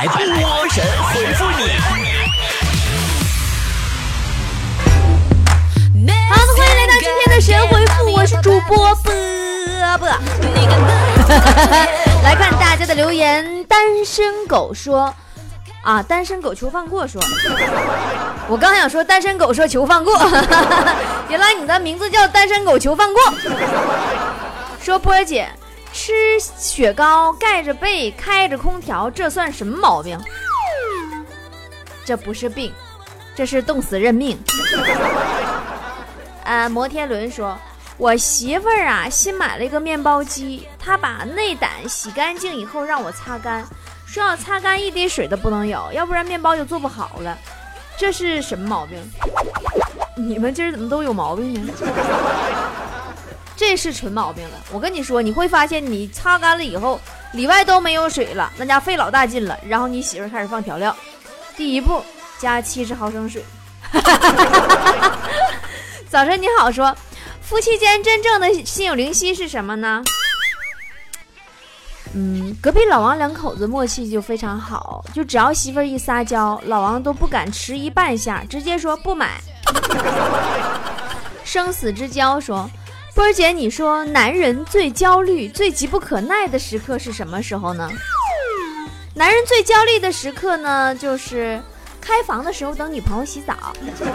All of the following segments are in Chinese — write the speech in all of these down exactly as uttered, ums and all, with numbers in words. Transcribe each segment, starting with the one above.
来波神回复你。 好的，欢迎来到今天的神回复，我是主播波波。来看大家的留言，单身狗说啊，单身狗求放过说，我刚想说单身狗说求放过，原来你的名字叫单身狗求放过。说波儿姐吃雪糕盖着被开着空调，这算什么毛病？这不是病，这是冻死认命。呃，摩天轮说，我媳妇儿啊新买了一个面包机，她把内胆洗干净以后让我擦干，说要擦干一滴水都不能有，要不然面包就做不好了。这是什么毛病？你们今儿怎么都有毛病呢？这是纯毛病了。我跟你说，你会发现你擦干了以后里外都没有水了，那家费老大劲了，然后你媳妇开始放调料。第一步加七十毫升水。早晨你好说，夫妻间真正的心有灵犀是什么呢？嗯，隔壁老王两口子默契就非常好，就只要媳妇儿一撒娇，老王都不敢迟疑半下，直接说不买。生死之交说，波儿姐，你说男人最焦虑最急不可耐的时刻是什么时候呢？男人最焦虑的时刻呢，就是开房的时候等女朋友洗澡，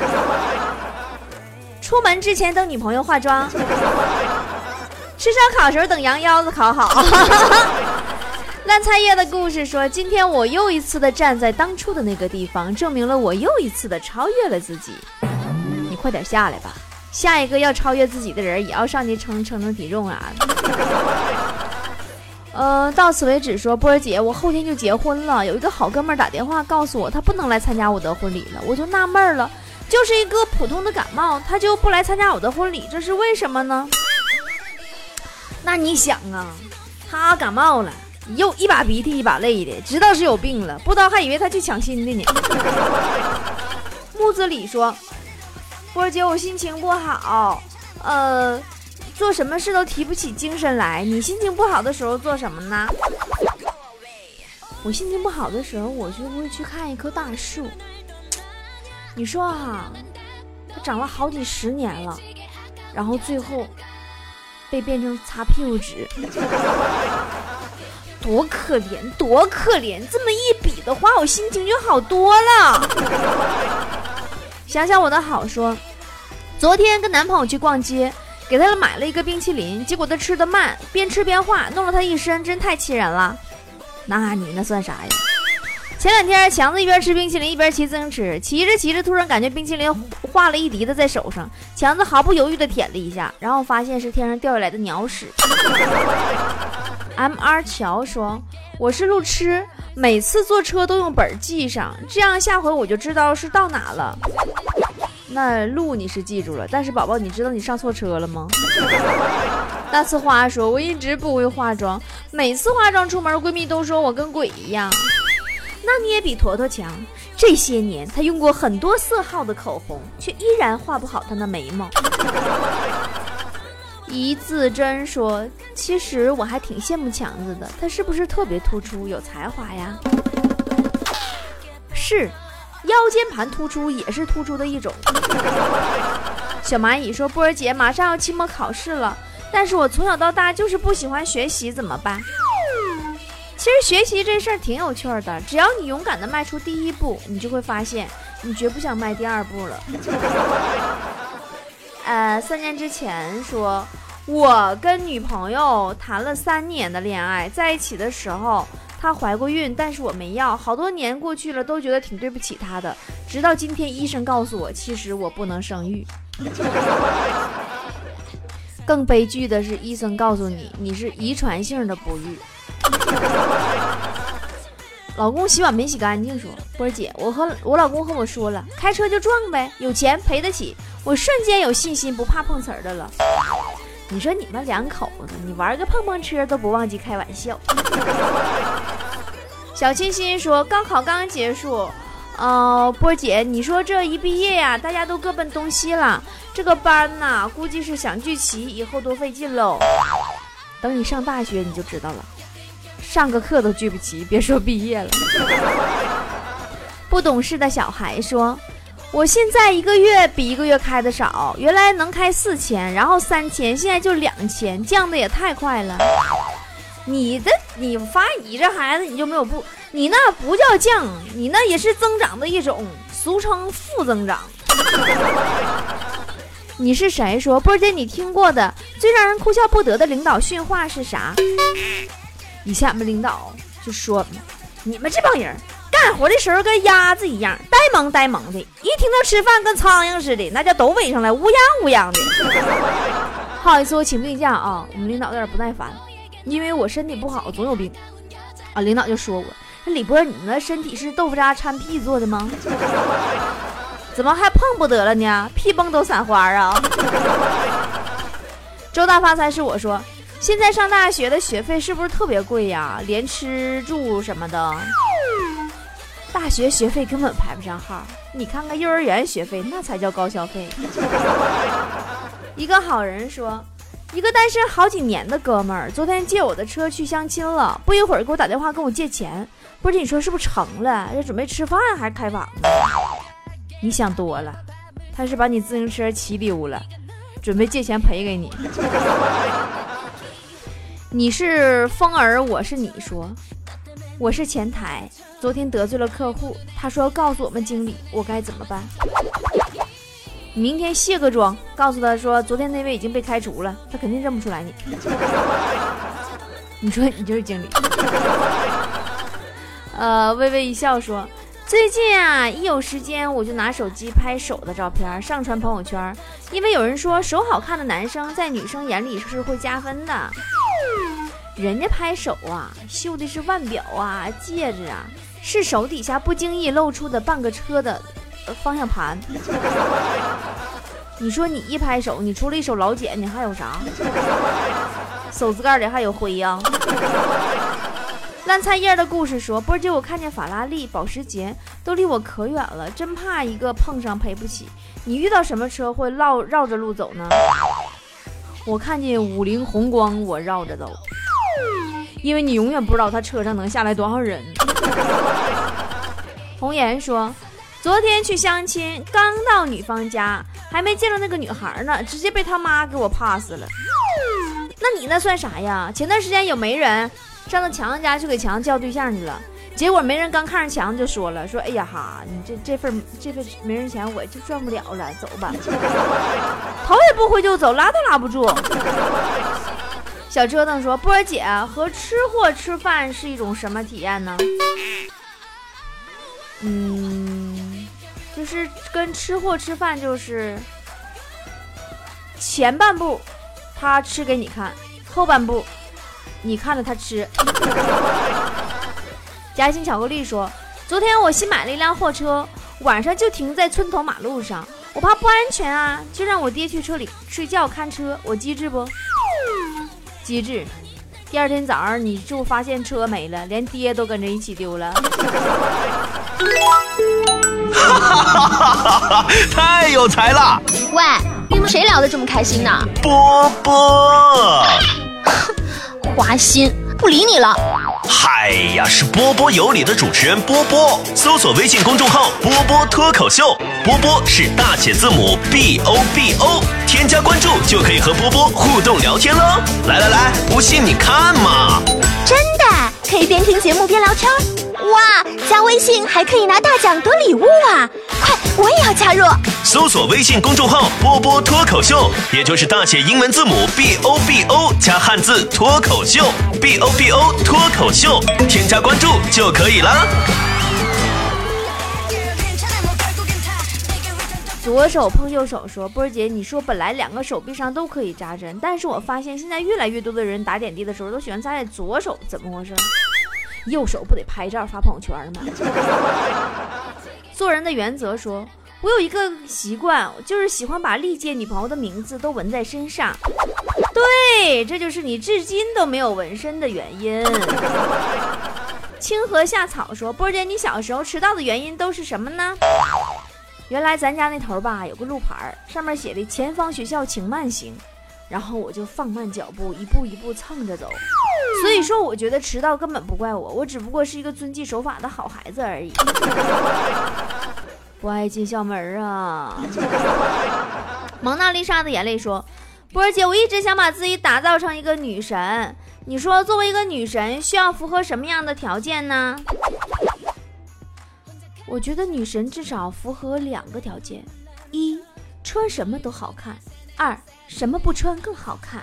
出门之前等女朋友化妆，吃烧烤时候等羊腰子烤好。烂菜叶的故事说，今天我又一次的站在当初的那个地方，证明了我又一次的超越了自己。你快点下来吧，下一个要超越自己的人也要上去称称称体重啊。呃，到此为止说，波儿姐，我后天就结婚了，有一个好哥们儿打电话告诉我他不能来参加我的婚礼了，我就纳闷了，就是一个普通的感冒他就不来参加我的婚礼，这是为什么呢？那你想啊，他感冒了又一把鼻涕一把泪的，知道是有病了，不知道还以为他去抢亲的呢。木子李说，波儿姐，我心情不好，呃做什么事都提不起精神来，你心情不好的时候做什么呢？我心情不好的时候，我就会去看一棵大树。你说啊，它长了好几十年了，然后最后被变成擦屁股纸，多可怜多可怜，这么一比的话我心情就好多了。想想我的好说，昨天跟男朋友去逛街，给他买了一个冰淇淋，结果他吃得慢，边吃边画，弄了他一身，真太气人了。那你那算啥呀？前两天强子一边吃冰淇淋一边骑自行车，骑着骑着突然感觉冰淇淋化了一滴的在手上，强子毫不犹豫地舔了一下，然后发现是天上掉下来的鸟屎。M R 乔说，我是路痴，每次坐车都用本记上，这样下回我就知道是到哪了。那路你是记住了，但是宝宝你知道你上错车了吗？大刺花说，我一直不会化妆，每次化妆出门闺蜜都说我跟鬼一样。那你也比坨坨强，这些年她用过很多色号的口红，却依然画不好她的眉毛。一字真说，其实我还挺羡慕强子的，她是不是特别突出有才华呀？是，腰间盘突出也是突出的一种。小蚂蚁说，波儿姐，马上要期末考试了，但是我从小到大就是不喜欢学习，怎么办？其实学习这事儿挺有趣的，只要你勇敢地迈出第一步，你就会发现你绝不想迈第二步了。呃，三年之前说，我跟女朋友谈了三年的恋爱，在一起的时候她怀过孕，但是我没要，好多年过去了都觉得挺对不起她的，直到今天医生告诉我，其实我不能生育。更悲剧的是，医生告诉你你是遗传性的不育。老公洗碗没洗干净说，波儿姐，我和我老公和我说了，开车就撞呗，有钱赔得起，我瞬间有信心不怕碰瓷儿的了。你说你们两口子，你玩个碰碰车都不忘记开玩笑。小清新说，高考刚结束，呃，波儿姐，你说这一毕业呀，大家都各奔东西了，这个班呐，估计是想聚齐，以后多费劲喽。等你上大学你就知道了。 上个课都聚不齐，别说毕业了。不懂事的小孩说，我现在一个月比一个月开的少，原来能开四千，然后三千，现在就两千，降的也太快了。你的你发你这孩子你就没有不，你那不叫降，你那也是增长的一种，俗称负增长。你是谁说波姐你听过的最让人哭笑不得的领导训话是啥？以前我们领导就说，你们这帮人干活的时候跟鸭子一样，呆萌呆萌的，一听到吃饭跟苍蝇似的，那叫都围上来乌泱乌泱的。不好意思，我请病假啊，我们领导有点不耐烦，因为我身体不好，总有病啊。领导就说我，说李波，你的身体是豆腐渣掺屁做的吗？怎么还碰不得了呢？屁崩都散花啊！周大发财是我说，现在上大学的学费是不是特别贵呀？连吃住什么的。大学学费根本排不上号，你看看幼儿园学费那才叫高消费。一个好人说，一个单身好几年的哥们儿昨天借我的车去相亲了，不一会儿给我打电话跟我借钱，不是你说是不是成了？这准备吃饭还是开房呢？你想多了，他是把你自行车骑丢了，准备借钱赔给你。你是风儿，我是你说，我是前台，昨天得罪了客户，他说要告诉我们经理，我该怎么办？明天卸个妆，告诉他说昨天那位已经被开除了，他肯定认不出来你。你说你就是经理。呃，微微一笑说，最近啊一有时间我就拿手机拍手的照片上传朋友圈，因为有人说手好看的男生在女生眼里是会加分的。人家拍手啊绣的是腕表啊戒指啊，是手底下不经意露出的半个车的方向盘。你说你一拍手，你除了一手老茧，你还有啥？手指盖里还有灰呀、啊。烂菜叶的故事说，波姐我看见法拉利保时捷都离我可远了，真怕一个碰上赔不起。你遇到什么车会绕绕着路走呢？我看见五菱宏光我绕着走，因为你永远不知道他车上能下来多少人。红颜说，昨天去相亲，刚到女方家，还没见到那个女孩呢，直接被他妈给我 pass 了。那你那算啥呀？前段时间有媒人上到强家去给强叫对象去了，结果媒人刚看上强就说了，说哎呀哈，你这这份这份媒人钱我就赚不了了，走吧。头也不回就走，拉都拉不住。小折腾说，波儿姐和吃货吃饭是一种什么体验呢？嗯，就是跟吃货吃饭，就是前半部他吃给你看，后半部你看着他吃。夹心巧克力说，昨天我新买了一辆货车，晚上就停在村头马路上，我怕不安全啊，就让我爹去车里睡觉看车，我机智不？机智。第二天早上你就发现车没了，连爹都跟着一起丢了。 哈哈哈哈哈！太有才了！ 喂，你们谁聊得这么开心呢？ 波波， 花心，不理你了。 嗨呀，是波波有理的主持人波波，搜索微信公众号波波脱口秀，波波是大写字母 B O B O， 添加关注就可以和波波互动聊天喽。来来来，不信你看嘛。 真的可以边听节目边聊天？哇，加微信还可以拿大奖得礼物啊！快，我也要加入。 搜索微信公众号波波脱口秀，也就是大写英文字母 B O B O 加汉字脱口秀 B O B O 脱口秀，添加关注就可以啦。 左手碰右手说，波儿姐你说本来两个手臂上都可以扎针，但是我发现现在越来越多的人打点滴的时候都喜欢扎在左手，怎么回事？右手不得拍照发朋友圈吗？做人的原则说，我有一个习惯，就是喜欢把历届女朋友的名字都纹在身上。对，这就是你至今都没有纹身的原因。清河下草说，波儿姐你小时候迟到的原因都是什么呢？原来咱家那头吧有个路牌，上面写的前方学校请慢行，然后我就放慢脚步，一步一步蹭着走， 所以说我觉得迟到根本不怪我，我只不过是一个遵纪守法的好孩子而已。不爱进校门啊。蒙娜丽莎的眼泪说，波儿姐，我一直想把自己打造成一个女神，你说作为一个女神需要符合什么样的条件呢？我觉得女神至少符合两个条件，一，穿什么都好看，二，什么不穿更好看。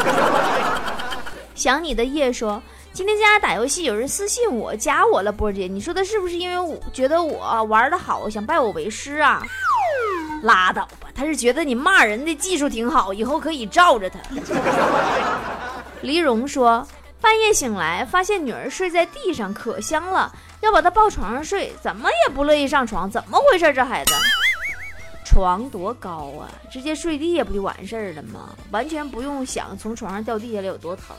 想你的夜说，今天在家打游戏，有人私信我加我了，波姐，你说的是不是因为我觉得我玩得好，想拜我为师啊？拉倒吧，他是觉得你骂人的技术挺好，以后可以罩着他。黎荣说，半夜醒来发现女儿睡在地上可香了，要把她抱床上睡，怎么也不乐意上床，怎么回事这孩子？床多高啊，直接睡地也不就完事儿了吗？完全不用想从床上掉地下来有多疼。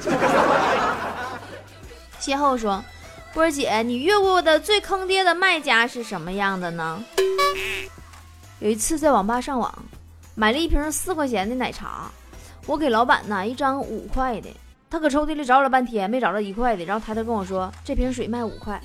邂逅说，波儿姐，你遇过的最坑爹的卖家是什么样的呢？有一次在网吧上网，买了一瓶四块钱的奶茶，我给老板拿一张五块的，他搁抽屉里找了半天没找到一块的，然后抬头跟我说，这瓶水卖五块。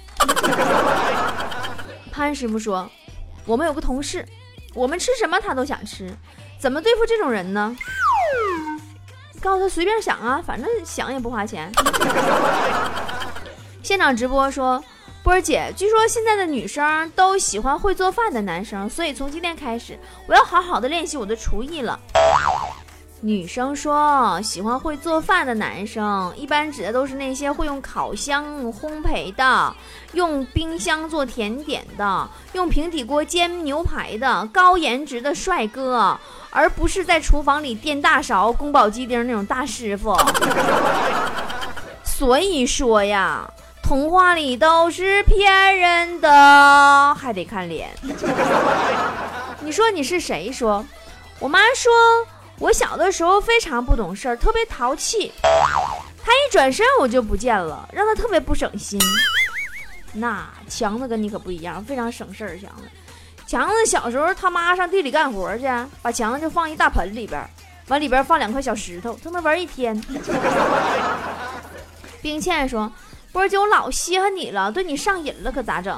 潘师傅说，我们有个同事，我们吃什么他都想吃，怎么对付这种人呢？告诉他随便想啊，反正想也不花钱。现场直播说，波儿姐，据说现在的女生都喜欢会做饭的男生，所以从今天开始我要好好的练习我的厨艺了。女生说喜欢会做饭的男生，一般指的都是那些会用烤箱烘焙的，用冰箱做甜点的，用平底锅煎牛排的高颜值的帅哥，而不是在厨房里垫大勺宫保鸡丁那种大师傅。所以说呀，童话里都是骗人的，还得看脸。你说你是谁说？我妈说我小的时候非常不懂事，特别淘气，她一转身我就不见了，让她特别不省心。那强子跟你可不一样，非常省事儿。强子强子小时候他妈上地里干活去，把强子就放一大盆里边，往里边放两块小石头，他能玩一天。冰倩说，波儿姐，我老稀罕你了，对你上瘾了，可咋整？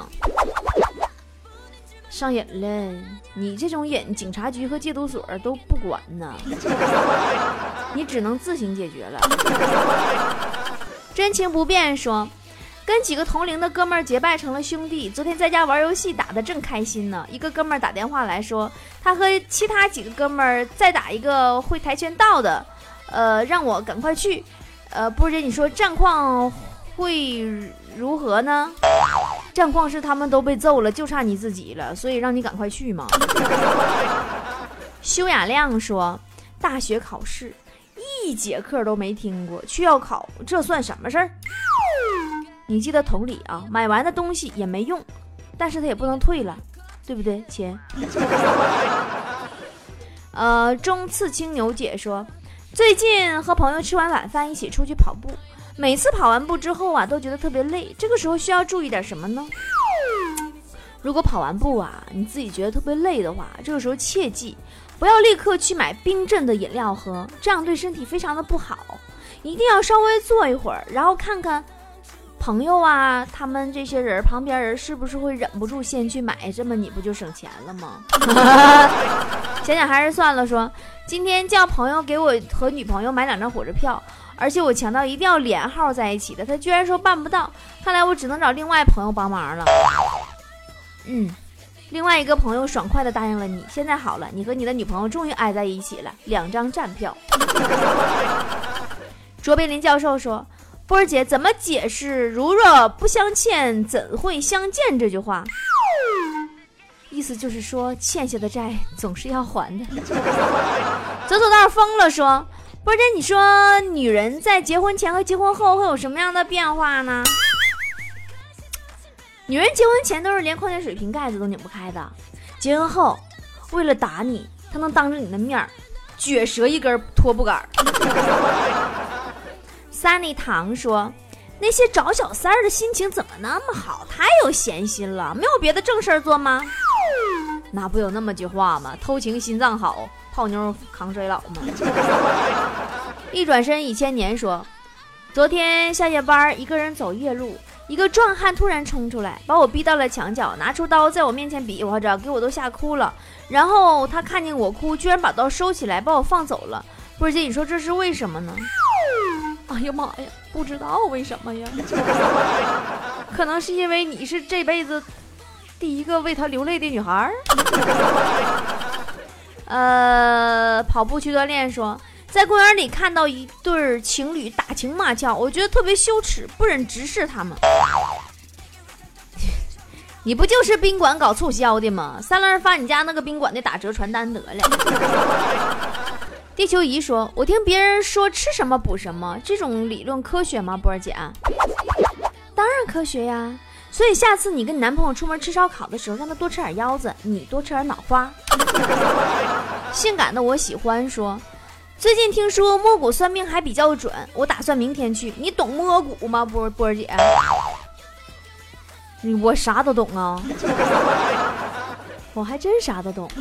上瘾了，你这种瘾警察局和戒毒所都不管呢，你只能自行解决了。真情不变说，跟几个同龄的哥们儿结拜成了兄弟，昨天在家玩游戏打得正开心呢，一个哥们儿打电话来说他和其他几个哥们儿再打一个会跆拳道的，呃，让我赶快去。呃，波姐，你说战况会如何呢？战况是他们都被揍了，就差你自己了，所以让你赶快去嘛。修雅亮说，大学考试一节课都没听过，却要考，这算什么事儿？你记得同理啊，买完的东西也没用，但是他也不能退了，对不对，亲？呃，中刺青牛姐说，最近和朋友吃完晚饭一起出去跑步，每次跑完步之后啊，都觉得特别累，这个时候需要注意点什么呢？如果跑完步啊，你自己觉得特别累的话，这个时候切记不要立刻去买冰镇的饮料喝，这样对身体非常的不好，一定要稍微坐一会儿，然后看看朋友啊，他们这些人旁边人是不是会忍不住先去买，这么你不就省钱了吗？想想还是算了，说今天叫朋友给我和女朋友买两张火车票，而且我强调一定要连号在一起的，他居然说办不到，看来我只能找另外朋友帮忙了。嗯，另外一个朋友爽快的答应了你，现在好了，你和你的女朋友终于挨在一起了，两张站票。卓别林教授说，波儿姐怎么解释如若不相欠怎会相见这句话？意思就是说欠下的债总是要还的。走走道疯了说，波儿姐你说女人在结婚前和结婚后会有什么样的变化呢？女人结婚前都是连矿泉水瓶盖子都拧不开的，结婚后为了打你，她能当着你的面撅折一根拖布杆。Sunny 糖说，那些找小三儿的心情怎么那么好，太有闲心了，没有别的正事儿做吗？那不有那么句话吗？偷情心脏好，泡妞扛衰老吗？一转身一千年说， 昨天下夜班，一个人走夜路，一个壮汉突然冲出来，把我逼到了墙角，拿出刀在我面前比划着，给我都吓哭了。然后他看见我哭，居然把刀收起来，把我放走了。波儿姐，你说这是为什么呢？哎呀妈呀，不知道为什么呀。可能是因为你是这辈子第一个为他流泪的女孩。呃，跑步去锻炼说，在公园里看到一对情侣打情骂俏，我觉得特别羞耻，不忍直视他们。你不就是宾馆搞促销的吗？三轮发你家那个宾馆的打折传单得了。地球仪说，我听别人说吃什么补什么，这种理论科学吗？波儿姐，当然科学呀。所以下次你跟你男朋友出门吃烧烤的时候，让他多吃点腰子，你多吃点脑花。性感的我喜欢说，最近听说摸骨算命还比较准，我打算明天去。你懂摸骨吗？波波儿姐，我啥都懂啊。我还真啥都懂。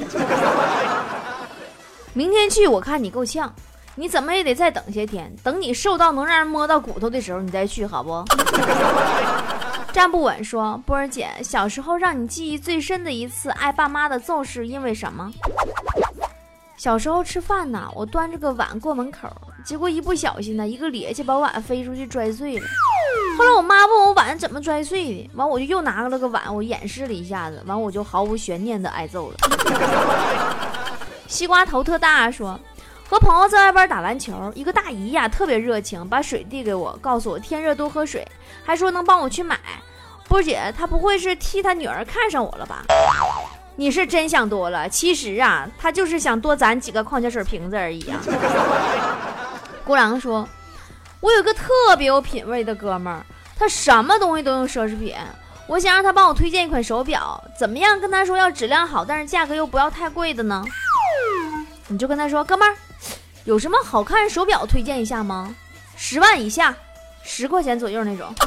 明天去我看你够呛，你怎么也得再等些天，等你瘦到能让人摸到骨头的时候你再去好不？站不稳说，波儿姐，小时候让你记忆最深的一次挨爸妈的揍是因为什么？小时候吃饭呢，我端着个碗过门口，结果一不小心呢，一个趔趄把碗飞出去拽碎了。后来我妈问我碗怎么拽碎的，完我就又拿了个碗，我演示了一下子，完我就毫无悬念的挨揍了。西瓜头特大说，和朋友在外边打篮球，一个大姨呀特别热情，把水递给我，告诉我天热多喝水，还说能帮我去买。波姐，她不会是替她女儿看上我了吧？你是真想多了，其实啊，她就是想多攒几个矿泉水瓶子而已啊。郭郎说，我有个特别有品位的哥们儿，他什么东西都用奢侈品，我想让他帮我推荐一款手表，怎么样跟他说要质量好，但是价格又不要太贵的呢？你就跟他说，哥们儿，有什么好看手表推荐一下吗？十万以下，十块钱左右那种。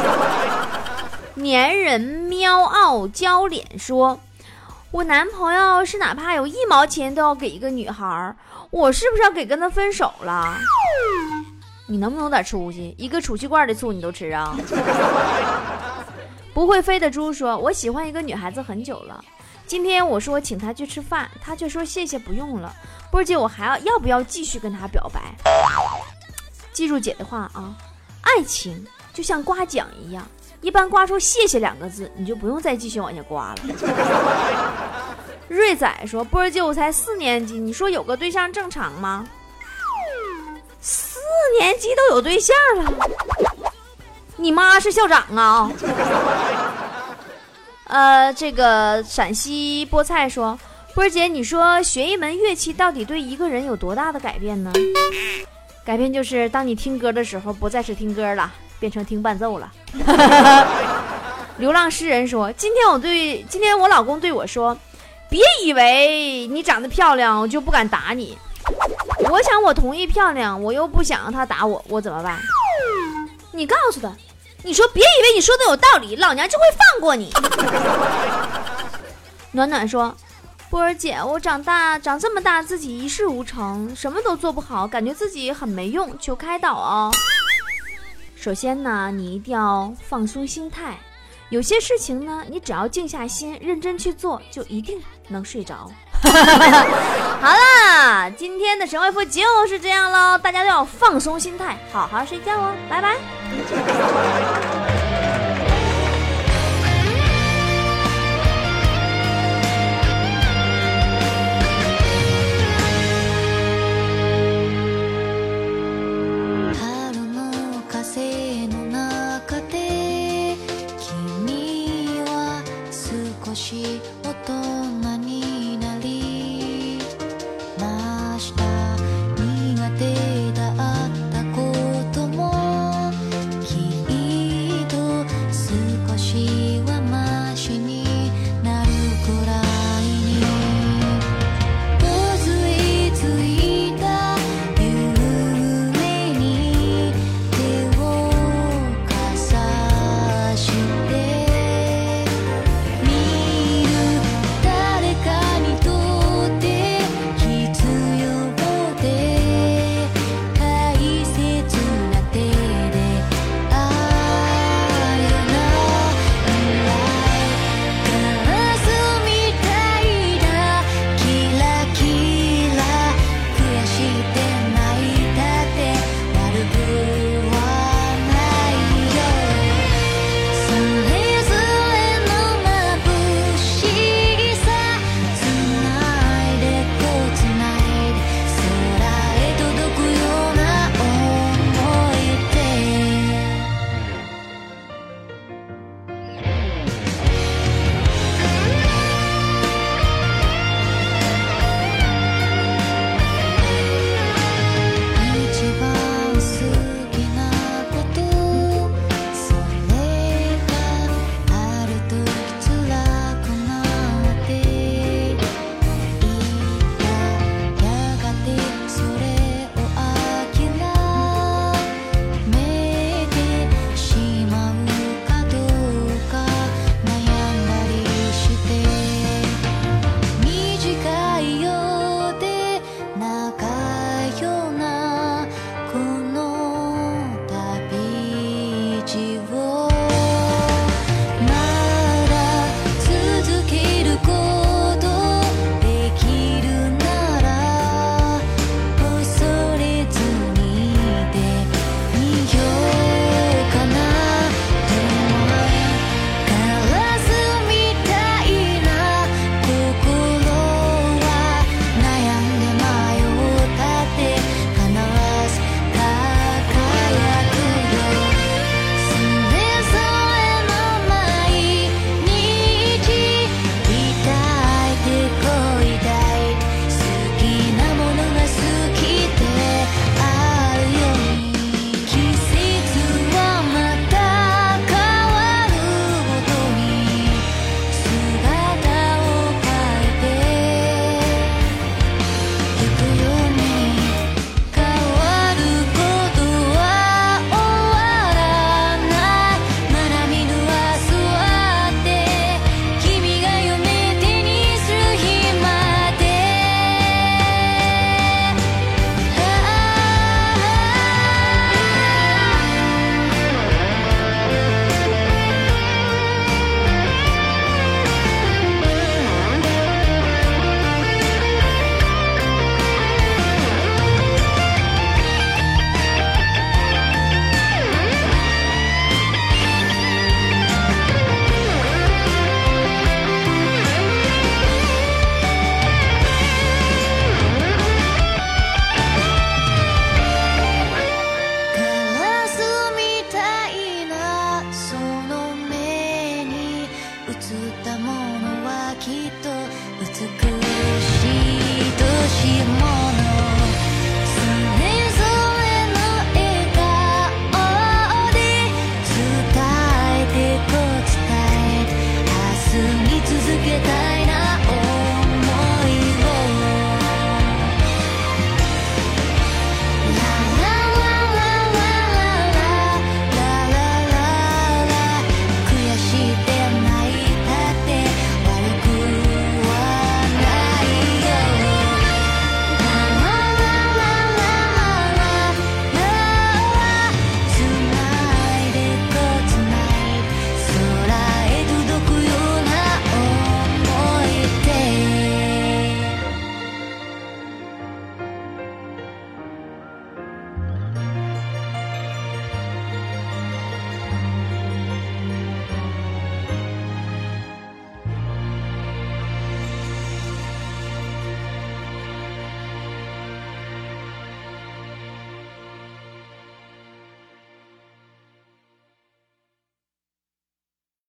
粘人喵傲娇脸说，我男朋友是哪怕有一毛钱都要给一个女孩，我是不是要给跟他分手了？你能不能有点出息？一个储气罐的醋你都吃啊？不会飞的猪说，我喜欢一个女孩子很久了，今天我说请她去吃饭，她却说谢谢不用了。波儿姐，我还要要不要继续跟她表白？记住姐的话啊，爱情就像刮奖一样，一般刮出谢谢两个字，你就不用再继续往下刮了。瑞仔说，波儿姐，我才四年级，你说有个对象正常吗？四年级都有对象了，你妈是校长啊？呃，这个陕西菠菜说，波儿姐，你说学一门乐器到底对一个人有多大的改变呢？改变就是当你听歌的时候不再是听歌了，变成听伴奏了。流浪诗人说，今天我对今天我老公对我说，别以为你长得漂亮我就不敢打你。我想我同意漂亮，我又不想让他打我，我怎么办？你告诉他，你说别以为你说的有道理，老娘就会放过你。暖暖说，波儿姐，我长大长这么大自己一事无成，什么都做不好，感觉自己很没用，求开导哦。首先呢，你一定要放松心态，有些事情呢，你只要静下心认真去做，就一定能睡着。好啦，今天的神回复就是这样咯，大家都要放松心态，好好睡觉哦，拜拜。 たものはきっと美しいとしいものそれぞれの笑顔で伝えてこう伝え明日に続けたい